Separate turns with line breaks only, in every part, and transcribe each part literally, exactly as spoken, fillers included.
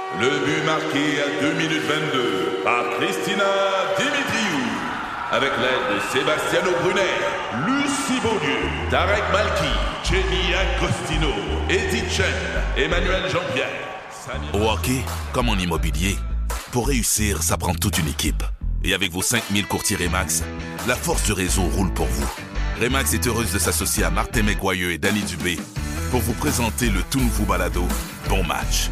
Le but marqué à deux minutes vingt-deux par Christina Dimitriou. Avec l'aide de Sebastiano Brunet, Lucie Beaulieu, Tarek Malki, Jenny Agostino, Edith Chen, Emmanuel Jean-Pierre. Samir...
Au hockey, comme en immobilier, pour réussir, ça prend toute une équipe. Et avec vos cinq mille courtiers Remax, la force du réseau roule pour vous. Remax est heureuse de s'associer à Martin McGuire et Danny Dubé pour vous présenter le tout nouveau balado Bon Match.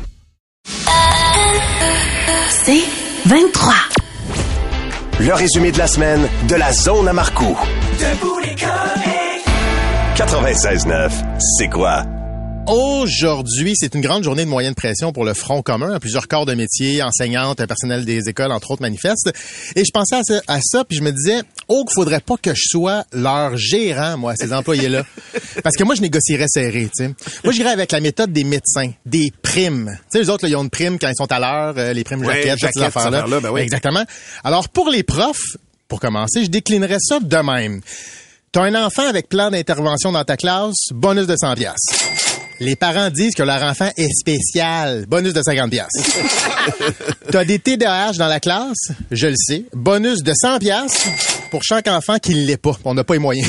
C'est vingt-trois.
Le résumé de la semaine de la zone à Marcoux.
Debout les comiques.
quatre-vingt-seize neuf, c'est quoi?
Aujourd'hui, c'est une grande journée de moyenne pression pour le Front commun. Plusieurs corps de métier, enseignantes, personnel des écoles, entre autres, manifestent. Et je pensais à ça, à ça puis je me disais, oh, qu'il faudrait pas que je sois leur gérant, moi, ces employés-là. Parce que moi, je négocierais serré, tu sais. Moi, j'irais avec la méthode des médecins, des primes. Tu sais, les autres, là, ils ont une prime quand ils sont à l'heure, euh, les primes
ouais,
jaquettes, toutes ces affaires-là.
affaires-là ben oui.
Exactement. Alors, pour les profs, pour commencer, je déclinerais ça de même. T'as un enfant avec plan d'intervention dans ta classe, bonus de cent piastres. Les parents disent que leur enfant est spécial. Bonus de cinquante piastres. T'as des T D A H dans la classe, je le sais. Bonus de cent piastres pour chaque enfant qui ne l'est pas. On n'a pas les moyens.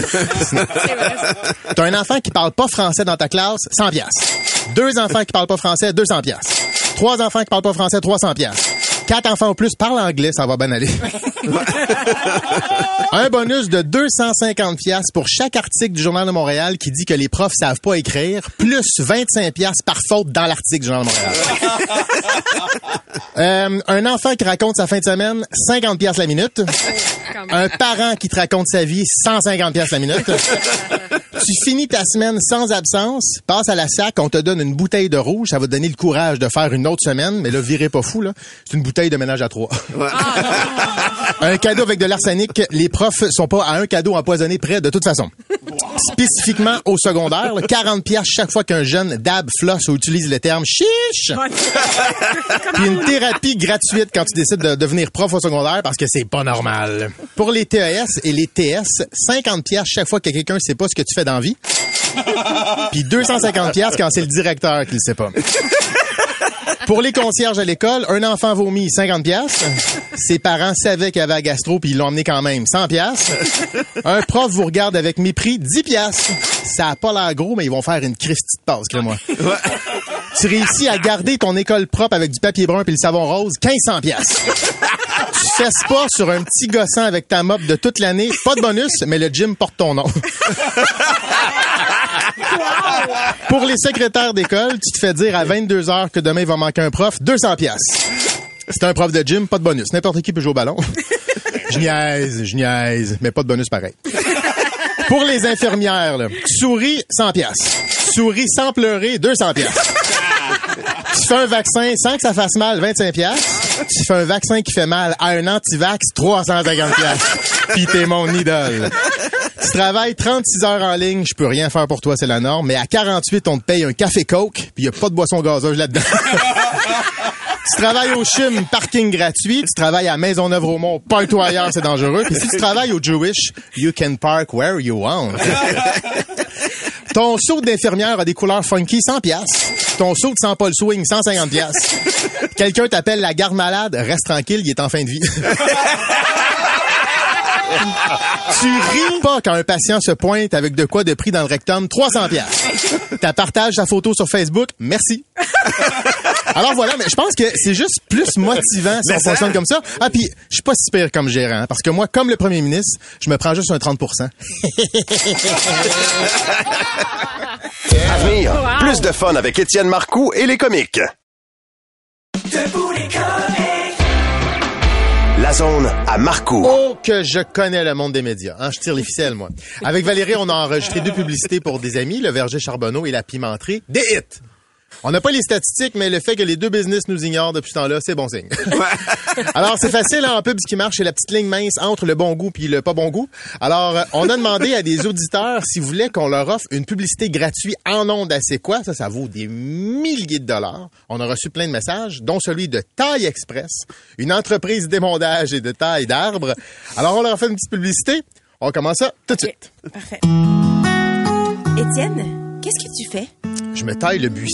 T'as un enfant qui parle pas français dans ta classe, cent piastres. Deux enfants qui parlent pas français, deux cents piastres. Trois enfants qui parlent pas français, trois cents piastres. Quatre enfants au plus parlent anglais, ça va bien aller. Un bonus de deux cent cinquante piastres pour chaque article du Journal de Montréal qui dit que les profs savent pas écrire, plus vingt-cinq piastres par faute dans l'article du Journal de Montréal. euh, un enfant qui raconte sa fin de semaine, cinquante piastres la minute. Un parent qui te raconte sa vie, cent cinquante piastres la minute. Tu finis ta semaine sans absence, passe à la sac, on te donne une bouteille de rouge, ça va te donner le courage de faire une autre semaine, mais là, virez pas fou, là. C'est une bouteille de ménage à trois. Ouais. Un cadeau avec de l'arsenic, les profs sont pas à un cadeau empoisonné près de toute façon. Spécifiquement au secondaire, là, quarante piastres chaque fois qu'un jeune dab, flosse ou utilise le terme chiche. Puis une thérapie gratuite quand tu décides de devenir prof au secondaire parce que c'est pas normal. Pour les T E S et les T S, cinquante piastres chaque fois que quelqu'un sait pas ce que tu fais dans la vie. Puis deux cent cinquante piastres quand c'est le directeur qui le sait pas. Pour les concierges à l'école, un enfant vomi, cinquante piastres. Ses parents savaient qu'il avait la gastro puis ils l'ont emmené quand même, cent piastres. Un prof vous regarde avec mépris, dix piastres. Ça a pas l'air gros, mais ils vont faire une christie de passe, crée-moi. Ouais. Tu réussis à garder ton école propre avec du papier brun puis le savon rose, quinze cents piastres. Tu fesses pas sur un petit gossant avec ta mop de toute l'année, pas de bonus, mais le gym porte ton nom. Pour les secrétaires d'école, tu te fais dire à vingt-deux heures que demain il va manquer un prof, deux cents piastres. C'est un prof de gym, pas de bonus. N'importe qui peut jouer au ballon. Je niaise, je niaise, mais pas de bonus pareil. Pour les infirmières, là, tu souris, cent piastres. Tu souris sans pleurer, deux cents piastres. Tu fais un vaccin sans que ça fasse mal, vingt-cinq piastres. Tu fais un vaccin qui fait mal à un anti-vax, trois cent cinquante piastres. Pis t'es mon idole. Tu travailles trente-six heures en ligne, je peux rien faire pour toi, c'est la norme, mais à quarante-huit, on te paye un café Coke, puis y a pas de boisson gazeuse là-dedans. Tu travailles au C H U M, parking gratuit. Tu travailles à Maisonneuve-Rosemont, partout ailleurs, c'est dangereux. Puis si tu travailles au Jewish, you can park where you want. Ton saut d'infirmière a des couleurs funky, cent piastres. Ton saut de Saint-Paul Swing, cent cinquante piastres. Quelqu'un t'appelle la garde malade, reste tranquille, il est en fin de vie. Tu ris pas quand un patient se pointe avec de quoi de prix dans le rectum, trois cents piastres. T'as partagé sa photo sur Facebook, merci. Alors voilà, mais je pense que c'est juste plus motivant si on fonctionne comme ça. Ah, puis je suis pas si pire comme gérant, parce que moi, comme le premier ministre, je me prends juste un trente pour cent.
À venir, wow. Plus de fun avec Étienne Marcoux et les comiques.
Debout les comiques.
La zone à Marcoux.
Oh, que je connais le monde des médias. Hein, je tire les ficelles, moi. Avec Valérie, on a enregistré deux publicités pour des amis, le Verger Charbonneau et la Pimenterie. Des hits! On n'a pas les statistiques, mais le fait que les deux business nous ignorent depuis ce temps-là, c'est bon signe. Alors, c'est facile, hein, en pub, ce qui marche, c'est la petite ligne mince entre le bon goût puis le pas bon goût. Alors, on a demandé à des auditeurs s'ils voulaient qu'on leur offre une publicité gratuite en ondes à C'est quoi? Ça, ça vaut des milliers de dollars. On a reçu plein de messages, dont celui de Taille Express, une entreprise d'émondage et de taille d'arbres. Alors, on leur a fait une petite publicité. On commence ça tout de suite.
Parfait. Étienne, qu'est-ce que tu fais?
Je me taille le buisson.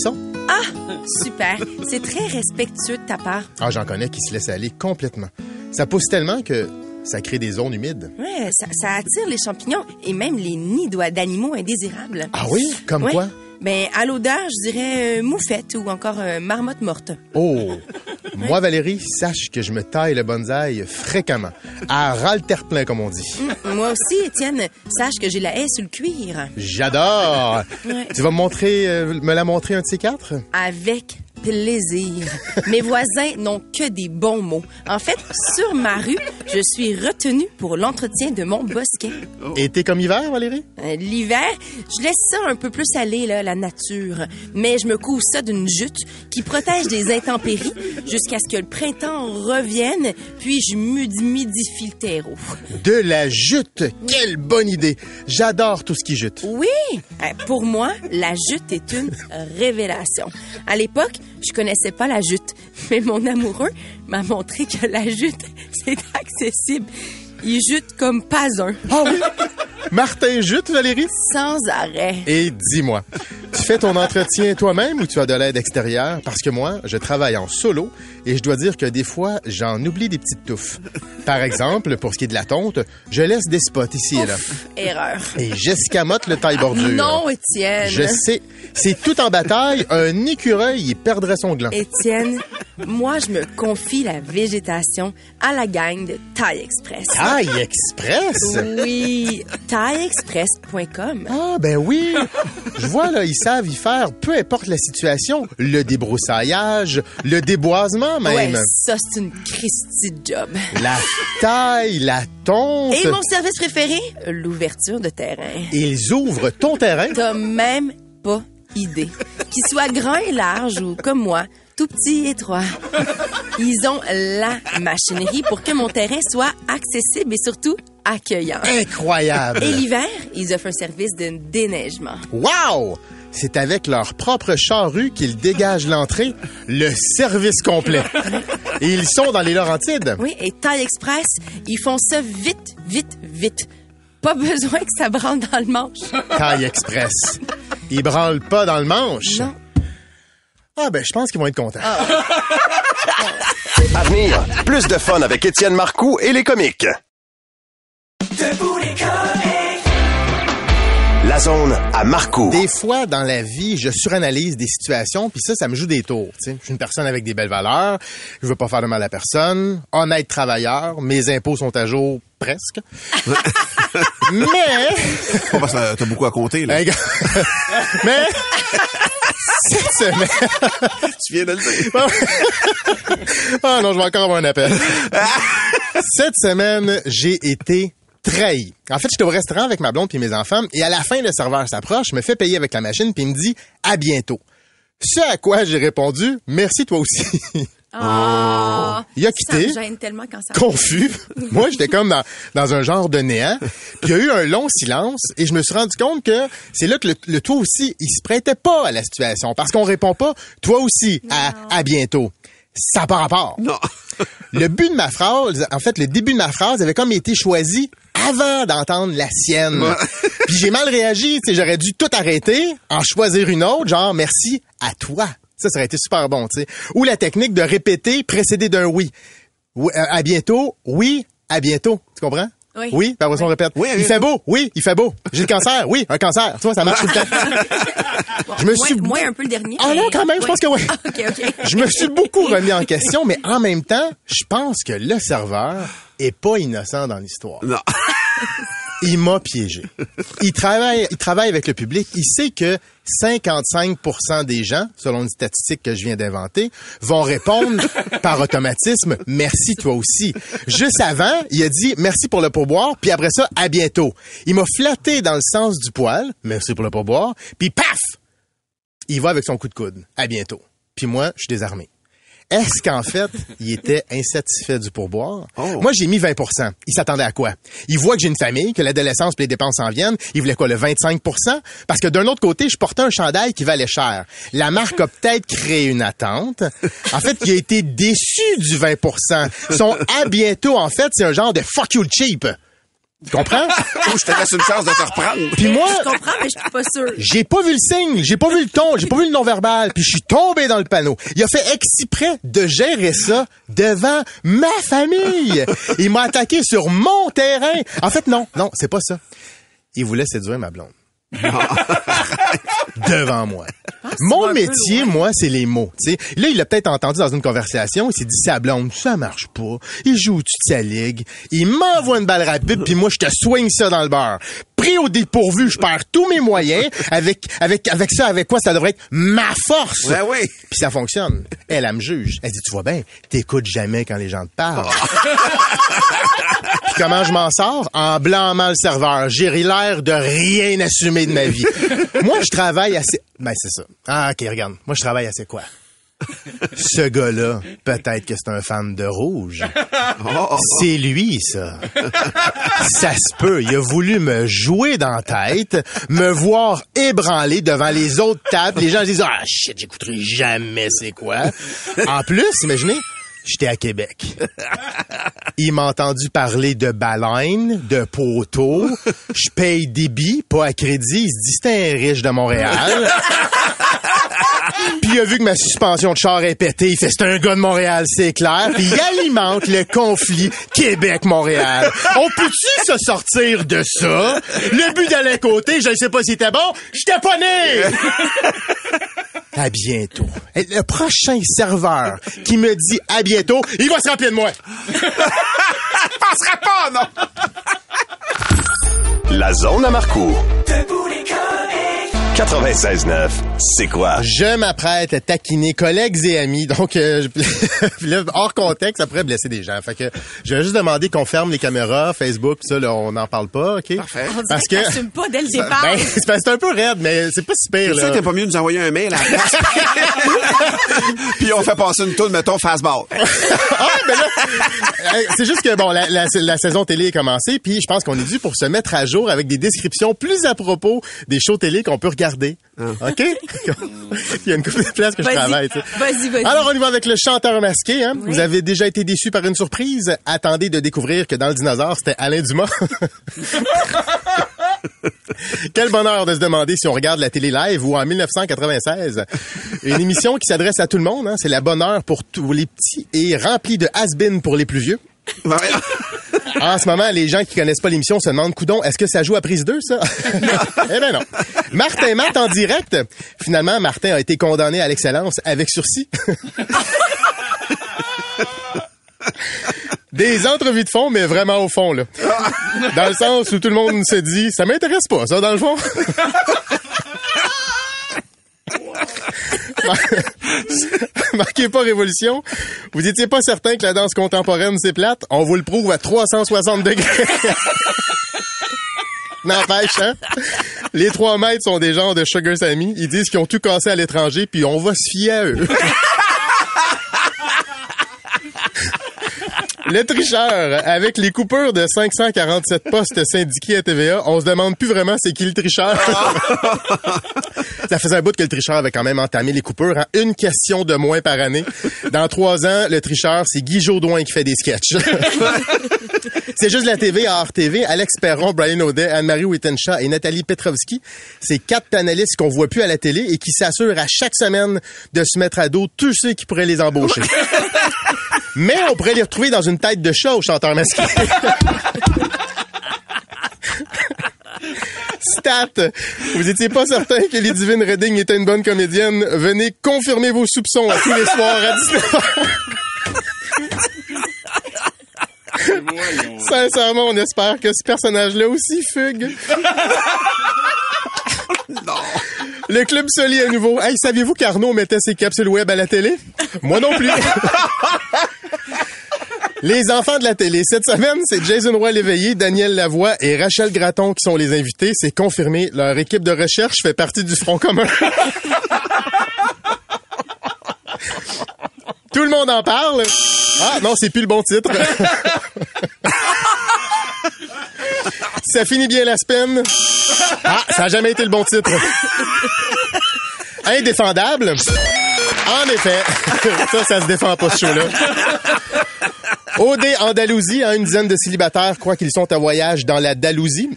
Ah, super. C'est très respectueux de ta part.
Ah, j'en connais qui se laissent aller complètement. Ça pousse tellement que ça crée des zones humides.
Ouais, ça, ça attire les champignons et même les nids d'oie- d'animaux indésirables.
Ah oui? Comme
Ouais.
quoi?
Ben, à l'odeur, je dirais euh, moufette ou encore euh, marmotte morte.
Oh! Moi, Valérie, sache que je me taille le bonsaï fréquemment. À ras le terre-plein, comme on dit.
Mm, moi aussi, Étienne, sache que j'ai la haie sur le cuir.
J'adore!
Ouais.
Tu vas me montrer, euh, me la montrer un de ces quatre?
Avec plaisir. Mes voisins n'ont que des bons mots. En fait, sur ma rue, je suis retenue pour l'entretien de mon bosquet.
Été comme hiver, Valérie?
Euh, L'hiver, je laisse ça un peu plus aller, là, la nature. Mais je me couvre ça d'une jute qui protège des intempéries jusqu'à ce que le printemps revienne, puis je humidifie le terreau.
De la jute! Quelle bonne idée! J'adore tout ce qui jute.
Oui! Euh, Pour moi, la jute est une révélation. À l'époque, je connaissais pas la jute, mais mon amoureux m'a montré que la jute, c'est accessible. Il jute comme pas un.
Ah oui? Martin jute, Valérie?
Sans arrêt.
Et dis-moi, tu fais ton entretien toi-même ou tu as de l'aide extérieure? Parce que moi, je travaille en solo et je dois dire que des fois, j'en oublie des petites touffes. Par exemple, pour ce qui est de la tonte, je laisse des spots ici et là.
Erreur.
Et j'escamote le taille-bordure.
Non, Étienne.
Je sais. C'est tout en bataille. Un écureuil, il perdrait son gland.
Étienne, moi, je me confie la végétation à la gang de Taille Express.
Taille Express?
Oui, taille express point com.
Ah, ben oui. Je vois, là, ils savent y faire, peu importe la situation. Le débroussaillage, le déboisement même.
Ouais, ça, c'est une Christie de job.
La taille, la tonte.
Et mon service préféré, l'ouverture de terrain.
Ils ouvrent ton terrain.
T'as même pas idée. Qu'il soit grand et large ou, comme moi, tout petit et étroit. Ils ont la machinerie pour que mon terrain soit accessible et surtout accueillant.
Incroyable.
Et l'hiver, ils offrent un service de déneigement.
Wow! C'est avec leur propre charrue qu'ils dégagent l'entrée, le service complet. Et ils sont dans les Laurentides.
Oui, et Taille Express, ils font ça vite, vite, vite. Pas besoin que ça branle dans le manche.
Taille Express. Ils branlent pas dans le manche.
Non.
Ah ben, je pense qu'ils vont être contents.
À venir, plus de fun avec Étienne Marcoux et les comiques.
Debout les comiques.
La zone à Marcoux.
Des fois, dans la vie, je suranalyse des situations, puis ça, ça me joue des tours. Tu sais. Je suis une personne avec des belles valeurs, je veux pas faire de mal à personne, honnête travailleur, mes impôts sont à jour presque. Mais...
Pas parce que t'as beaucoup à compter, là.
Mais... Cette semaine...
Tu viens de le dire.
Ah non, je vais encore avoir un appel. Cette semaine, j'ai été trahi. En fait, j'étais au restaurant avec ma blonde puis mes enfants, et à la fin, le serveur s'approche, me fait payer avec la machine, puis il me dit « À bientôt ». Ce à quoi j'ai répondu « Merci, toi aussi ».
Oh,
Il a quitté.
Ça me gêne tellement quand ça...
Confus. Moi, j'étais comme dans, dans un genre de néant. Puis il y a eu un long silence et je me suis rendu compte que c'est là que le, le toi aussi, il se prêtait pas à la situation parce qu'on répond pas toi aussi à, à bientôt. Ça n'a pas rapport.
Non.
Le but de ma phrase, en fait, le début de ma phrase avait comme été choisi avant d'entendre la sienne. Puis j'ai mal réagi. Tu sais, j'aurais dû tout arrêter, en choisir une autre, genre merci à toi. Ça, ça aurait été super bon, tu sais. Ou la technique de répéter précédé d'un oui. Oui, euh, à bientôt. Oui, à bientôt. Tu comprends?
Oui.
Oui, puis après ça, on répète.
Oui,
il fait beau. Oui, il fait beau. J'ai le cancer. Oui, un cancer. Tu vois, ça marche tout le temps. Je me
Moins-
suis...
moins un peu le dernier.
Ah non,
mais-
quand même, je pense que oui.
Ah, OK, OK.
Je me suis beaucoup remis en question, mais en même temps, je pense que le serveur est pas innocent dans l'histoire.
Non.
Il m'a piégé. Il travaille, il travaille avec le public. Il sait que cinquante-cinq pour cent des gens, selon une statistique que je viens d'inventer, vont répondre par automatisme « Merci, toi aussi ». Juste avant, il a dit « Merci pour le pourboire », puis après ça, « À bientôt ». Il m'a flatté dans le sens du poil, « Merci pour le pourboire », puis paf! Il va avec son coup de coude, « À bientôt ». Puis moi, je suis désarmé. Est-ce qu'en fait, il était insatisfait du pourboire?
Oh.
Moi, j'ai mis vingt pour cent. Il s'attendait à quoi? Il voit que j'ai une famille, que l'adolescence et les dépenses en viennent. Il voulait quoi, le vingt-cinq pour cent? Parce que d'un autre côté, je portais un chandail qui valait cher. La marque a peut-être créé une attente. En fait, il a été déçu du vingt pour cent. Son « à bientôt », en fait, c'est un genre de « fuck you cheap ». Tu comprends?
Ou je te laisse une chance de te reprendre.
Puis moi,
Je comprends, mais je suis pas sûre.
j'ai pas vu le signe, j'ai pas vu le ton, j'ai pas vu le non-verbal, puis je suis tombé dans le panneau. Il a fait exprès de gérer ça devant ma famille. Il m'a attaqué sur mon terrain. En fait, non, non, c'est pas ça. Il voulait séduire ma blonde. Devant moi.
Ah,
Mon métier, moi, c'est les mots. T'sais. Là, il l'a peut-être entendu dans une conversation. Il s'est dit, sa blonde, ça marche pas. Il joue au-dessus de sa ligue. Il m'envoie une balle rapide, puis moi, je te swing ça dans le beurre. Pris au dépourvu, je perds tous mes moyens. Avec avec avec ça, avec quoi ça devrait être ma force.
Ouais, oui.
Puis ça fonctionne. Elle, elle me juge. Elle dit, tu vois bien, t'écoutes jamais quand les gens te parlent. Puis comment je m'en sors? En blâmant le serveur. J'ai l'air de rien assumer de ma vie. Moi, je travaille assez... Ben, c'est ça. Ah, OK, regarde. Moi, je travaille assez quoi? Ce gars-là, peut-être que c'est un fan de rouge.
Oh.
C'est lui, ça. Ça se peut. Il a voulu me jouer dans la tête, me voir ébranlé devant les autres tables. Les gens disent, ah, shit, j'écouterai jamais c'est quoi. En plus, imaginez, j'étais à Québec. Il m'a entendu parler de baleines, de poteaux. Je paye débit, pas à crédit. Il se dit, c'est un riche de Montréal. Puis il a vu que ma suspension de char est pétée. Il fait, c'est un gars de Montréal, c'est clair. Puis il alimente le conflit Québec-Montréal. On peut-tu se sortir de ça? Le but d'aller à côté, je ne sais pas si c'était bon. J'étais pas né! À bientôt. Le prochain serveur qui me dit à bientôt, il va se rappeler de moi.
Je penserais pas, non!
La zone à Marcoux.
Debout les comiques.
quatre-vingt-seize neuf, c'est quoi?
Je m'apprête à taquiner collègues et amis. Donc, euh, je- là, hors contexte, ça pourrait blesser des gens. Fait que je vais juste demander qu'on ferme les caméras, Facebook, ça, là, on n'en parle pas, OK?
Parfait.
On dirait
Parce
que
que...
t'assumes pas dès le départ.
Ben, c'est parce que c'est un peu raide, mais c'est pas si pire,
C'est sûr
là.
que t'es pas mieux de nous envoyer un mail à la place. Puis on fait passer une toune, mettons, fastball.
Ah, mais là, euh, c'est juste que, bon, la, la, la saison télé est commencée, puis je pense qu'on est dû pour se mettre à jour avec des descriptions plus à propos des shows télé qu'on peut regarder. OK? Il y a une couple de places que je
Vas-y.
travaille, tu sais.
Vas-y, vas-y.
Alors, on y va avec le chanteur masqué. Hein? Vous avez déjà été déçu par une surprise? Attendez de découvrir que dans le dinosaure, c'était Alain Dumas. Quel bonheur de se demander si on regarde la télé live ou en dix-neuf cent quatre-vingt-seize. Une émission qui s'adresse à tout le monde. Hein? C'est la bonne heure pour tous les petits et remplie de has-been pour les plus vieux.
Ouais.
En ce moment, les gens qui connaissent pas l'émission se demandent, coudon, est-ce que ça joue à prise deux, ça? Eh ben non. Martin Matt en direct. Finalement, Martin a été condamné à l'excellence avec sursis. Des entrevues de fond, mais vraiment au fond, là. Dans le sens où tout le monde se dit, ça m'intéresse pas, ça, dans le fond. Marquez pas révolution. Vous étiez pas certain que la danse contemporaine, c'est plate? On vous le prouve à trois cent soixante degrés. N'empêche, hein? Les trois maîtres sont des genres de Sugar Sammy. Ils disent qu'ils ont tout cassé à l'étranger, puis on va se fier à eux. Le tricheur, avec les coupures de cinq cent quarante-sept postes syndiqués à T V A, on se demande plus vraiment c'est qui le tricheur. Ça faisait un bout que le tricheur avait quand même entamé les coupures. Hein? Une question de moins par année. Dans trois ans, le tricheur, c'est Guy Jodoin qui fait des sketchs. C'est juste la T V à R T V. Alex Perron, Brian Audet, Anne-Marie Wittenshaw et Nathalie Petrovski. C'est quatre panélistes qu'on voit plus à la télé et qui s'assurent à chaque semaine de se mettre à dos tous ceux qui pourraient les embaucher. Mais on pourrait les retrouver dans une tête de chat au chanteur masqué. Stat. Vous étiez pas certain que Ludivine Redding était une bonne comédienne? Venez confirmer vos soupçons à tous les soirs à dix-neuf heures. Sincèrement, on espère que ce personnage-là aussi fugue.
Non.
Le Club Soli à nouveau. Hey, saviez-vous qu'Arnaud mettait ses capsules web à la télé? Moi non plus. Les enfants de la télé. Cette semaine, c'est Jason Roy-Léveillé, Daniel Lavoie et Rachel Gratton qui sont les invités. C'est confirmé. Leur équipe de recherche fait partie du Front commun. Tout le monde en parle. Ah, non, c'est plus le bon titre. Ça finit bien la semaine. Ah, ça a jamais été le bon titre. Indéfendable. En effet. Ça, ça se défend pas, ce show-là. O D Andalousie, hein, une dizaine de célibataires croient qu'ils sont en voyage dans la Dalousie.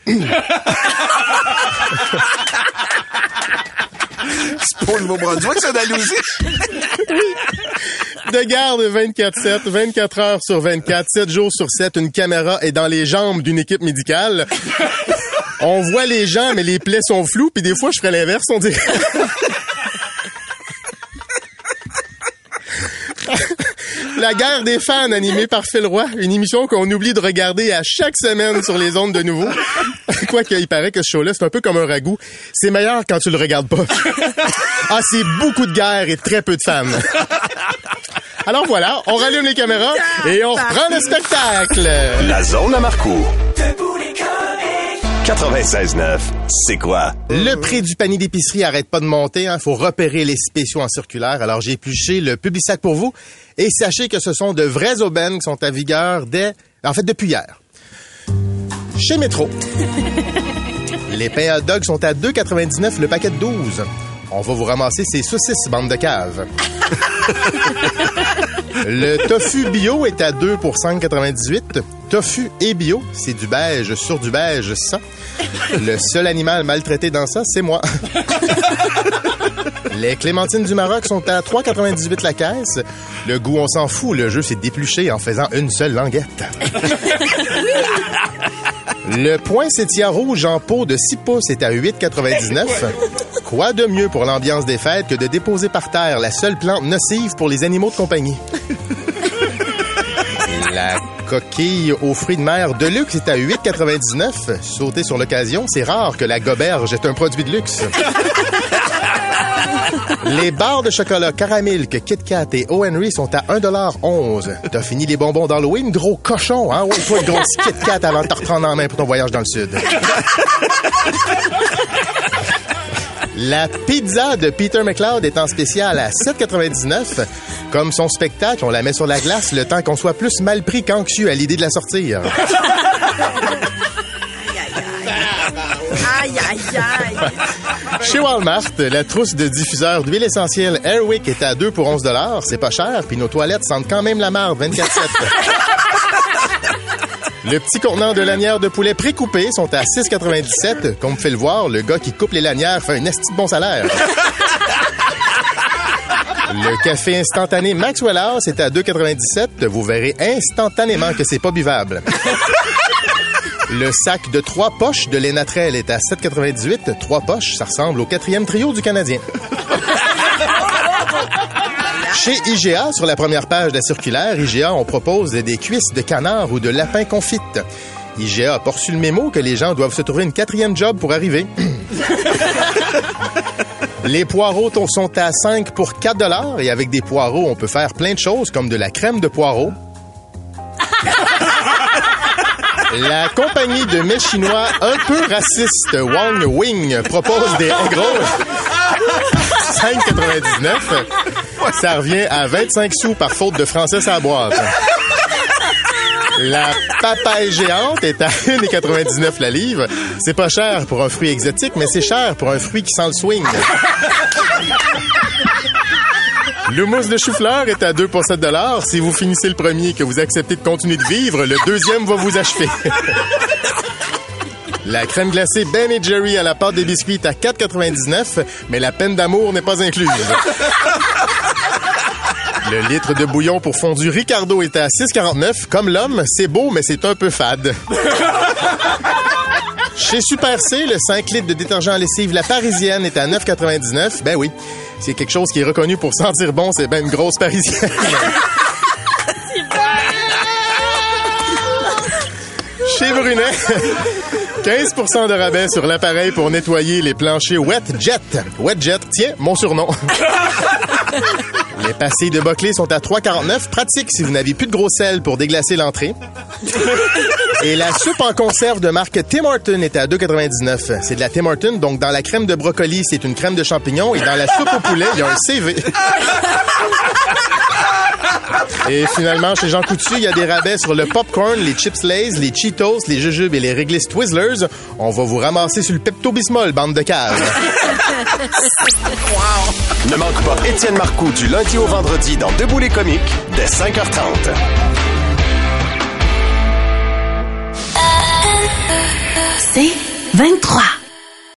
C'est pas au Nouveau-Brunswick, ça, Andalousie?
De garde vingt-quatre sept, vingt-quatre heures sur vingt-quatre, sept jours sur sept, une caméra est dans les jambes d'une équipe médicale. On voit les gens, mais les plaies sont floues, puis des fois, je ferais l'inverse, on dirait. La guerre des fans, animée par Phil Roy, une émission qu'on oublie de regarder à chaque semaine sur les ondes de nouveau. Quoique, il paraît que ce show-là, c'est un peu comme un ragoût. C'est meilleur quand tu le regardes pas. Ah, c'est beaucoup de guerre et très peu de fans. Alors voilà, on rallume les caméras et on reprend le spectacle.
La zone à Marcoux.
Debout les comiques.
quatre-vingt-seize neuf, c'est quoi?
Le prix du panier d'épicerie arrête pas de monter. Il hein. faut repérer les spéciaux en circulaire. Alors, j'ai épluché le Publisac pour vous. Et sachez que ce sont de vraies aubaines qui sont à vigueur dès... En fait, depuis hier. Chez Métro. Les pains hot dog sont à deux quatre-vingt-dix-neuf le paquet de douze. On va vous ramasser ces saucisses, bande de caves. Le tofu bio est à deux pour cinq quatre-vingt-dix-huit. Tofu et bio, c'est du beige sur du beige sans. Le seul animal maltraité dans ça, c'est moi. Les clémentines du Maroc sont à trois quatre-vingt-dix-huit la caisse. Le goût, on s'en fout. Le jeu, c'est d'éplucher en faisant une seule languette. Le poinsettia rouge en pot de six pouces est à huit quatre-vingt-dix-neuf. Quoi de mieux pour l'ambiance des fêtes que de déposer par terre la seule plante nocive pour les animaux de compagnie? La coquille aux fruits de mer de luxe est à huit quatre-vingt-dix-neuf. Sauter sur l'occasion, c'est rare que la goberge est un produit de luxe. Les barres de chocolat Caramilk, Kit Kat et O. Henry sont à un dollar onze. T'as fini les bonbons d'Halloween, gros cochon, hein? Ouais, toi, une grosse Kit Kat avant de te reprendre en main pour ton voyage dans le sud. La pizza de Peter McLeod est en spécial à sept quatre-vingt-dix-neuf. Comme son spectacle, on la met sur la glace le temps qu'on soit plus mal pris qu'anxieux à l'idée de la sortir.
Aïe, aïe, aïe.
Chez Walmart, la trousse de diffuseur d'huile essentielle Airwick est à deux pour onze dollars. C'est pas cher, puis nos toilettes sentent quand même la marde vingt-quatre sept. Le petit contenant de lanières de poulet précoupées sont à six quatre-vingt-dix-sept. Comme vous fait le voir, le gars qui coupe les lanières fait un esti de bon salaire. Le café instantané Maxwell House est à deux quatre-vingt-dix-sept. Vous verrez instantanément que c'est pas buvable. Le sac de trois poches de lait naturel est à sept quatre-vingt-dix-huit. Trois poches, ça ressemble au quatrième trio du Canadien. Chez I G A, sur la première page de la circulaire, I G A, on propose des cuisses de canard ou de lapin confite. I G A a pas reçu le mémo que les gens doivent se trouver une quatrième job pour arriver. Les poireaux sont à cinq pour quatre dollars et avec des poireaux, on peut faire plein de choses comme de la crème de poireaux. La compagnie de mets chinois un peu raciste Wang Wing propose des gros cinq quatre-vingt-dix-neuf. Ça revient à vingt-cinq sous par faute de français à la boîte. La papaye géante est à un quatre-vingt-dix-neuf la livre. C'est pas cher pour un fruit exotique, mais c'est cher pour un fruit qui sent le swing. Le mousse de chou-fleur est à deux pour sept dollars. Si vous finissez le premier et que vous acceptez de continuer de vivre, le deuxième va vous achever. La crème glacée Ben et Jerry à la pâte des biscuits est à quatre quatre-vingt-dix-neuf, mais la peine d'amour n'est pas incluse. Le litre de bouillon pour fondu Ricardo est à six quarante-neuf. Comme l'homme, c'est beau, mais c'est un peu fade. Chez Super C, le cinq litres de détergent à lessive La Parisienne est à neuf quatre-vingt-dix-neuf. Ben oui, c'est quelque chose qui est reconnu pour sentir bon, c'est ben une grosse Parisienne. Chez Brunet, quinze pour cent de rabais sur l'appareil pour nettoyer les planchers Wet Jet. Wet Jet, tiens, mon surnom. Les pastilles de Boclé sont à trois quarante-neuf. Pratique si vous n'avez plus de gros sel pour déglacer l'entrée. Et la soupe en conserve de marque Tim Hortons est à deux quatre-vingt-dix-neuf. C'est de la Tim Hortons, donc dans la crème de brocoli, c'est une crème de champignons. Et dans la soupe au poulet, il y a un C V. Et finalement, chez Jean Coutu, il y a des rabais sur le popcorn, les chips Lay's, les Cheetos, les jujubes et les réglisses Twizzlers. On va vous ramasser sur le Pepto-Bismol, bande de caves.
Ne manque pas Étienne Marcoux du lundi au vendredi dans Debout les comiques dès cinq heures trente.
C'est vingt-trois.